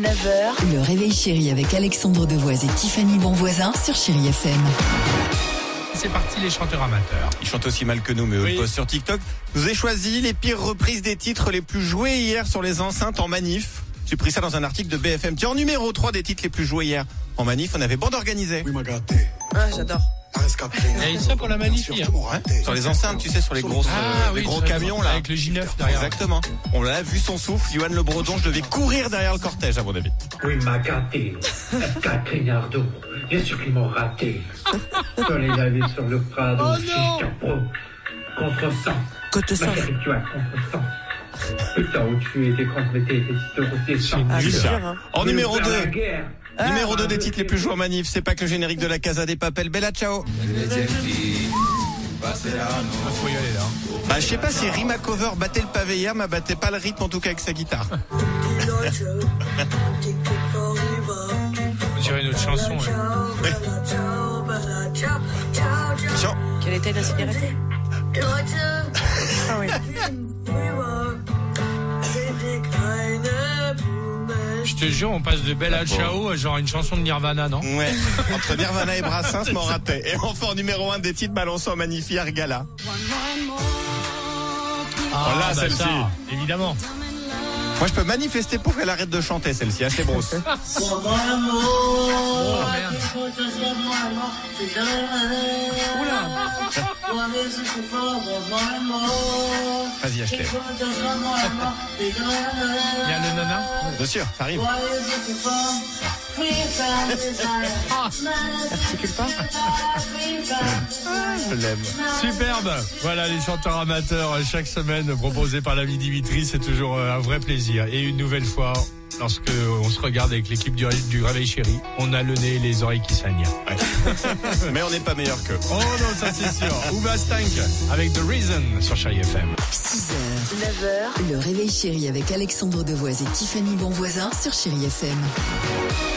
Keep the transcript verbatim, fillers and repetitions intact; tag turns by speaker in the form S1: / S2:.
S1: neuf heures, le réveil chéri avec Alexandre Devoise et Tiffany Bonvoisin sur Chéri F M.
S2: C'est parti les chanteurs amateurs.
S3: Ils chantent aussi mal que nous, mais eux,
S2: Oui.
S3: ils postent sur TikTok. Je vous ai choisi les pires reprises des titres les plus joués hier sur les enceintes en manif. J'ai pris ça dans un article de B F M. Tiens, en numéro trois des titres les plus joués hier en manif, on avait Bande organisée.
S4: Oui, m'a gâté.
S5: Ah, j'adore.
S2: Et ça pour la manif hier.
S3: Ouais. Sur les enceintes, tu sais, sur les grosses,
S2: Ah
S3: euh,
S2: oui,
S3: les gros
S2: sur les-
S3: camions là.
S2: avec le J neuf derrière.
S3: Exactement. On l'a vu son souffle. Johan Le Bredon, je devais courir derrière le cortège à mon avis.
S6: Oui, il m'a gâté. Catherine Ardo. Bien sûr qu'ils m'ont raté. Soleil lavé sur le Prado.
S2: Oh non.
S6: Jusqu'à Pro. Contresens.
S5: Côte-sens.
S6: Ma chérie, tu as contresens. Putain, où tu étais quand je mettais les cités
S2: C'est
S5: Ah,
S2: nul
S5: c'est
S2: ça.
S5: sûr, hein.
S3: En numéro
S6: deux.
S3: deux. Numéro deux des titres les plus joués en manif, c'est pas que le générique de la Casa des Papel. Bella ciao.
S2: Ah, faut y aller là.
S3: Bah, je sais pas si Rima Cover battait le pavé hier, mais battait pas le rythme en tout cas avec sa guitare.
S2: On dirait une autre chanson. Ouais.
S3: Tiens.
S5: Quelle était la cigarette? Ah oui.
S2: Je te jure, on passe de Bella Ciao à genre une chanson de Nirvana, non?
S3: Ouais. Entre Nirvana et Brassens, m'en ratais. Et enfin, en numéro un des titres balancés en manif hier, Gala.
S2: Ah,
S3: Voilà,
S2: bah
S3: celle-ci.
S2: ça, évidemment.
S3: Moi, je peux manifester pour qu'elle arrête de chanter, celle-ci, hein, c'est brosse.
S2: Oh merde.
S3: Vas-y, Ashley.
S2: Il y a le nana.
S3: Bien sûr, ça arrive.
S5: Articule pas.
S3: Je l'aime.
S2: Superbe. Voilà les chanteurs amateurs chaque semaine proposés par l'ami Dimitri, c'est toujours un vrai plaisir. Et une nouvelle fois, lorsque on se regarde avec l'équipe du, du Réveil Chéri, on a le nez et les oreilles qui saignent.
S3: Ouais. Mais on n'est pas meilleur qu'eux.
S2: Oh non, ça c'est sûr. Uba Stank avec The Reason sur Chéri F M.
S1: six heures, neuf heures, le réveil chéri avec Alexandre Devoise et Tiffany Bonvoisin sur Chéri F M.